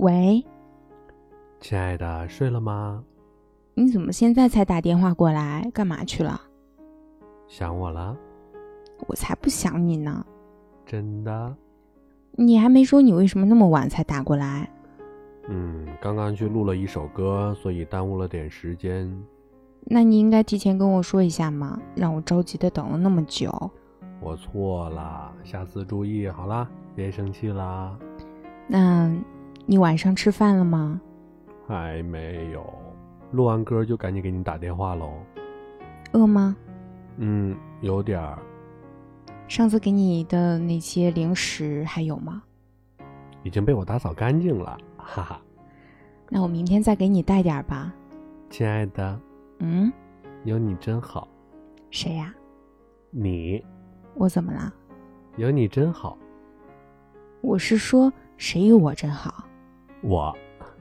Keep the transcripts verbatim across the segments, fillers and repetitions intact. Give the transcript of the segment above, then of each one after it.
喂， 亲爱的，睡了吗？ 你怎么现在才打电话过来？干嘛去了？ 想我了？ 我才不想你呢。 真的？ 你还没说你为什么那么晚才打过来。 嗯，刚刚去录了一首歌，所以耽误了点时间。 那你应该提前跟我说一下嘛，让我着急的等了那么久。 我错了，下次注意好啦，别生气啦。 那你晚上吃饭了吗？ 还没有，录完歌就赶紧给你打电话咯。 饿吗？ 嗯，有点儿。 上次给你的那些零食还有吗？ 已经被我打扫干净了，哈哈。 那我明天再给你带点吧。 亲爱的， 嗯， 有你真好。 谁呀？ 你。 我怎么了？ 有你真好。 我是说谁有我真好？ 我。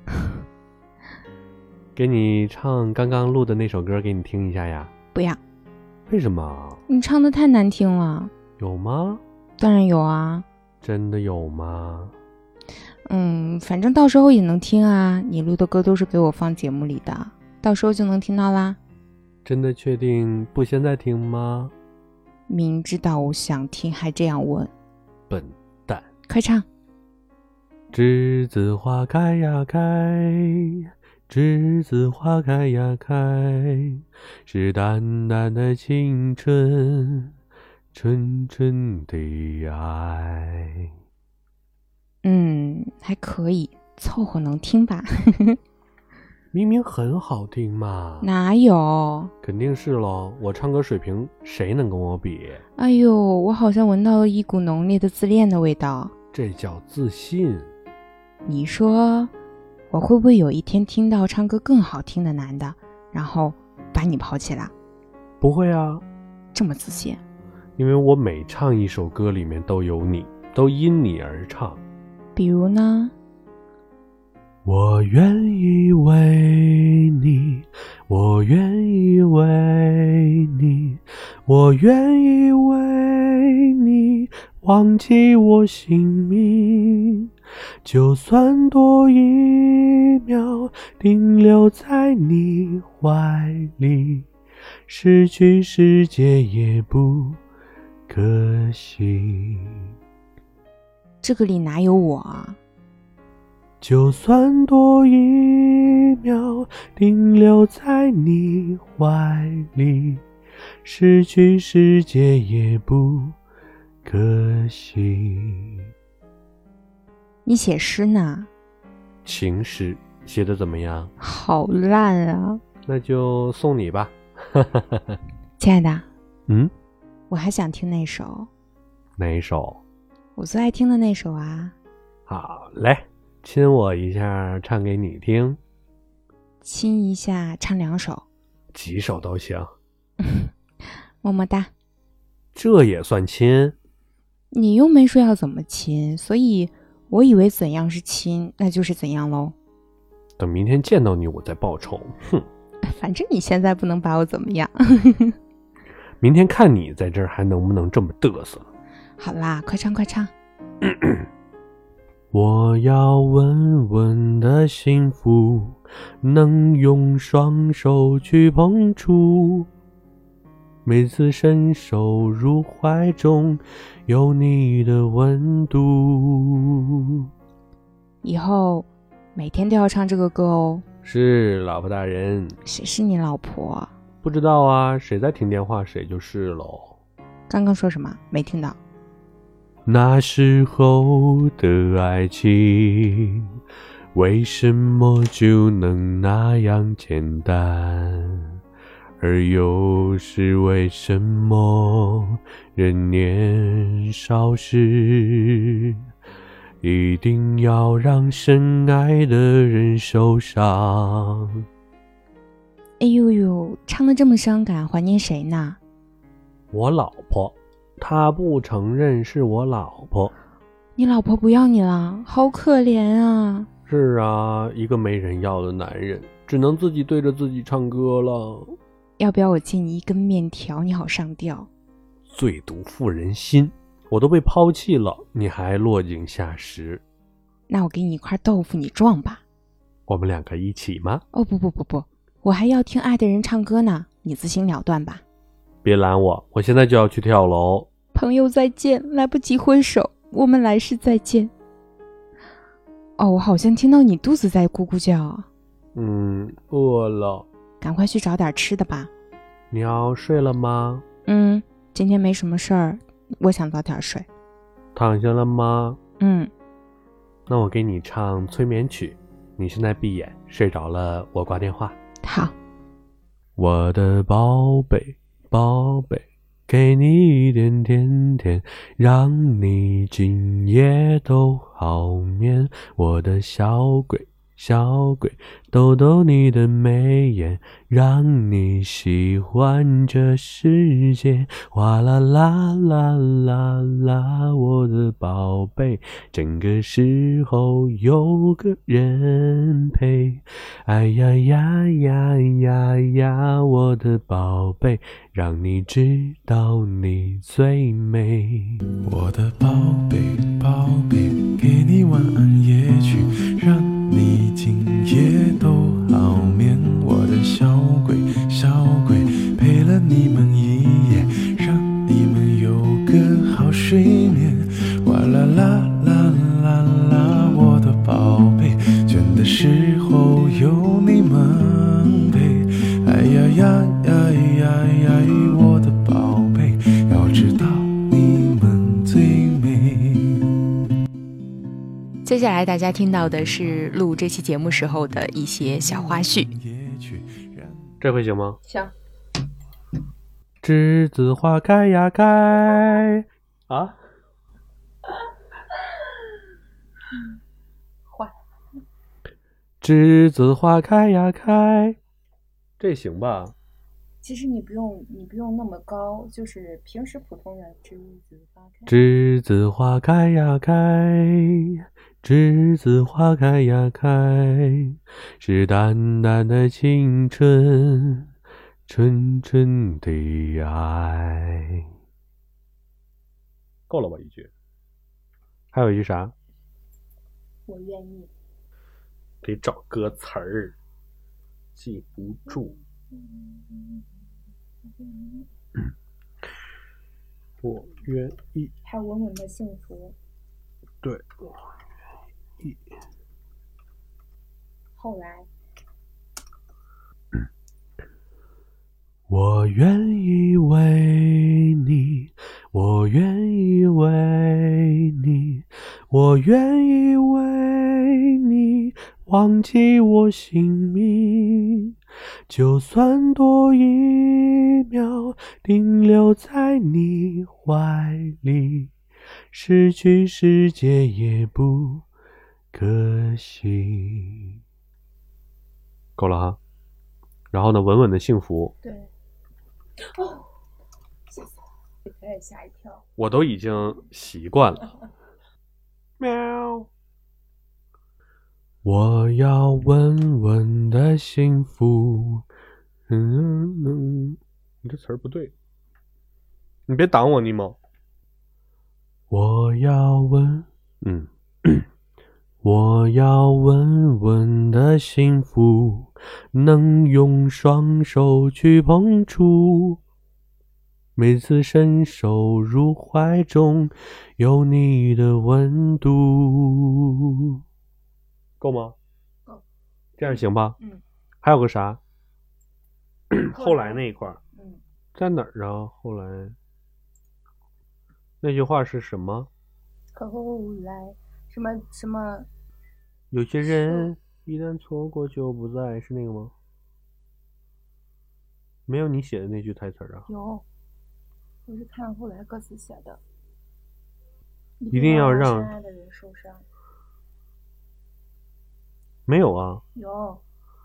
给你唱刚刚录的那首歌给你听一下呀。 不要。 为什么？ 你唱的太难听了。 有吗？ 当然有啊。 真的有吗？ 嗯，反正到时候也能听啊，你录的歌都是给我放节目里的，到时候就能听到啦。 真的确定不现在听吗？ 明知道我想听还这样问， 笨蛋。 快唱。 栀子花开呀开，栀子花开呀开，是淡淡的青春，纯纯的爱。 嗯，还可以，凑合能听吧。 明明很好听嘛。 哪有？ 肯定是咯，我唱歌水平谁能跟我比？ 哎呦，我好像闻到了一股浓烈的自恋的味道。 这叫自信。 你说我会不会有一天听到唱歌更好听的男的，然后把你抛弃了？ 不会啊。 这么自信？ 因为我每唱一首歌里面都有你，都因你而唱。 比如呢？ 我愿意为你，我愿意为你，我愿意为你忘记我姓名，就算多一秒停留在你怀里，失去世界也不可惜。 这个里哪有我啊？ 就算多一秒停留在你怀里，失去世界也不可惜。 你写诗呢？ 情诗写得怎么样？ 好烂啊。 那就送你吧。 亲爱的。 嗯， 我还想听那首。 哪一首？ 我最爱听的那首啊。 好嘞，亲我一下唱给你听。 亲一下唱两首。 几首都行。 么么哒。 这也算亲？ 你又没说要怎么亲，所以我以为怎样是亲，那就是怎样咯。 等明天见到你我再报仇。哼， 反正你现在不能把我怎么样。 明天看你在这儿还能不能这么嘚瑟。 好啦，快唱快唱。 我要稳稳的幸福，能用双手去碰触，每次伸手入怀中有你的温度。 以后每天都要唱这个歌哦。 是，老婆大人。 谁是你老婆？ 不知道啊，谁在听电话谁就是咯。 刚刚说什么？没听到。 那时候的爱情为什么就能那样简单，而又是为什么人年少时一定要让深爱的人受伤。 哎呦呦，唱得这么伤感，怀念谁呢？ 我老婆，她不承认是我老婆。 你老婆不要你了，好可怜啊。 是啊，一个没人要的男人，只能自己对着自己唱歌了。 要不要我借你一根面条，你好上吊？ 最毒妇人心，我都被抛弃了，你还落井下石。 那我给你一块豆腐，你撞吧。 我们两个一起吗？ 哦不不不不，我还要听爱的人唱歌呢，你自行了断吧。 别拦我，我现在就要去跳楼。 朋友再见，来不及挥手，我们来世再见。哦，我好像听到你肚子在咕咕叫。 嗯，饿了。 赶快去找点吃的吧。 你要睡了吗？ 嗯，今天没什么事儿，我想早点睡。 躺下了吗？ 嗯。 那我给你唱催眠曲，你现在闭眼，睡着了我挂电话。 好。 我的宝贝宝贝，给你一点甜甜，让你今夜都好眠。我的小鬼小鬼，逗逗你的眉眼，让你喜欢这世界。哗啦啦啦啦啦，我的宝贝，整个时候有个人陪。哎呀呀呀呀呀，我的宝贝，让你知道你最美。 我的宝贝宝贝，给你晚安夜曲，让你今夜都好眠。我的小鬼小鬼，陪了你们一夜，让你们有个好睡眠。哇啦啦啦啦啦，我的宝贝，倦的时候有你们陪。哎呀呀呀呀呀，我的宝贝，要知道你们最美。 接下来大家听到的是录这期节目时候的一些小花絮。 这回行吗？ 行。 栀子花开呀开啊！ 坏。 栀子花开呀开，这行吧？ 其实你不用，你不用那么高，就是平时普通人。栀子花开， 栀子花开呀开，栀子花开呀开，是淡淡的青春，纯纯的爱。够了吧一句？还有一句啥？ 我愿意。 得找歌词儿，记不住。我愿意。 还有稳稳的幸福。 对，我愿意。 后来。 我愿意为你，我愿意为你，我愿意为你忘记我姓名，就算多一秒停留在你怀里，失去世界也不可惜。够了哈。然后呢，稳稳的幸福。 对。哦，吓死我！有点吓一跳。 我都已经习惯了。喵。我要稳稳的幸福。嗯嗯，你这词儿不对，你别挡我，尼莫。我要稳，嗯，我要稳稳的幸福，能用双手去碰触。每次伸手入怀中，有你的温度。够吗？ 够。 这样行吧？ 嗯。 还有个啥？后来那一块儿。 嗯。 在哪儿啊？后来那句话是什么？ 后来什么什么？ 有些人一旦错过就不再，是那个吗？没有你写的那句台词啊。 有。我是看后来歌词写的， 一定要让深爱的人受伤。 没有啊？ 有，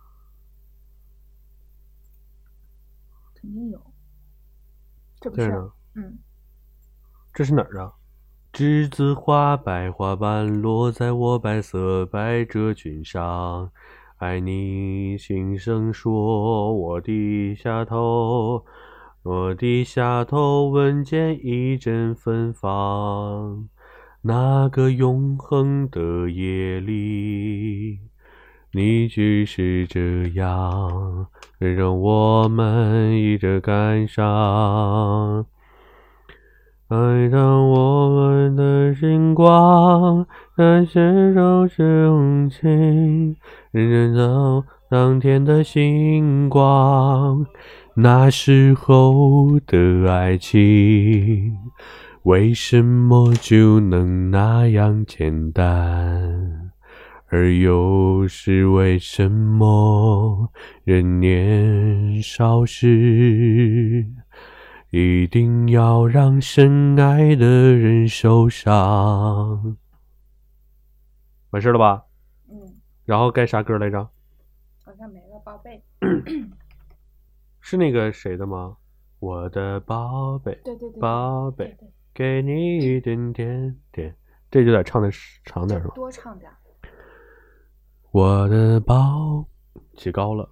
肯定有。这不是？ 呢？ 嗯。 这是哪儿啊？栀子花白花瓣落在我白色百褶裙上，爱你轻声说，我低下头。我低下头，闻见一阵芬芳， 那个永恒的夜里，你只是这样让我们一直感伤。爱上我们的星光，那是手是情，人走当天的星光。那时候的爱情，为什么就能那样简单？而又是为什么人年少时一定要让深爱的人受伤？完事了吧？ 嗯， 然后该啥歌来着？ 好像没了，宝贝。 是那个谁的吗？我的宝贝， 对对对， 宝贝， 对对给你一点点点，这就得唱的长点是吧？ 多唱点。 我的宝，起高了。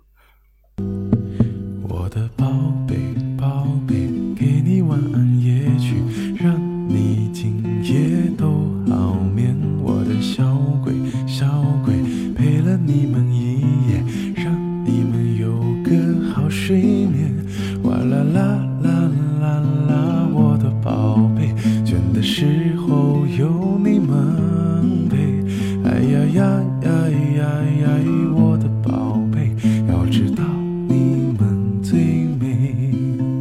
我的宝贝，宝贝，给你晚安夜曲，让你今夜都好眠。我的小鬼，小鬼，陪了你们一夜，让你们有个好睡眠。哇啦啦啦啦啦，我的宝贝，倦的时候有你们陪。哎呀呀呀呀呀，我的宝贝，要知道你们最美。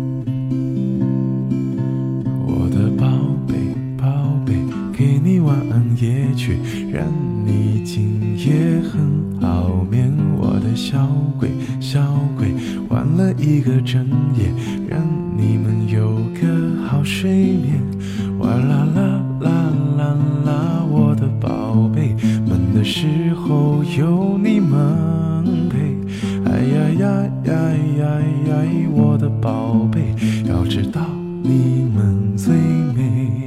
我的宝贝，宝贝，给你晚安夜曲，让你今夜很好眠。我的小鬼，小鬼，玩了一个整夜，让你们有个好睡眠。哇啦啦啦啦啦，我的宝贝，闷的时候有你们陪。哎呀呀呀呀呀，我的宝贝，要知道你们最美。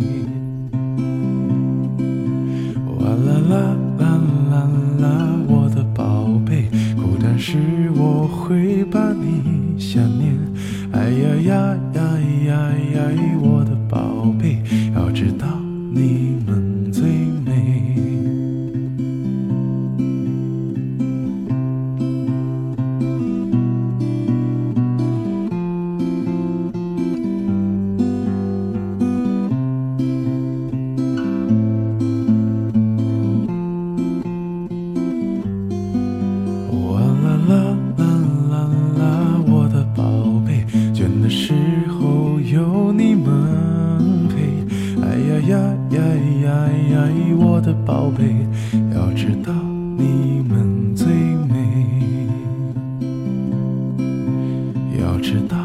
哇啦啦啦啦啦，我的宝贝，孤单时我会把你想念。哎呀呀呀呀呀，我的宝贝，要知道你们最美。哇啦啦啦啦啦，我的宝贝，倦的时候有你们陪。哎呀呀呀呀呀，我的宝贝，要知道你们最美。要知道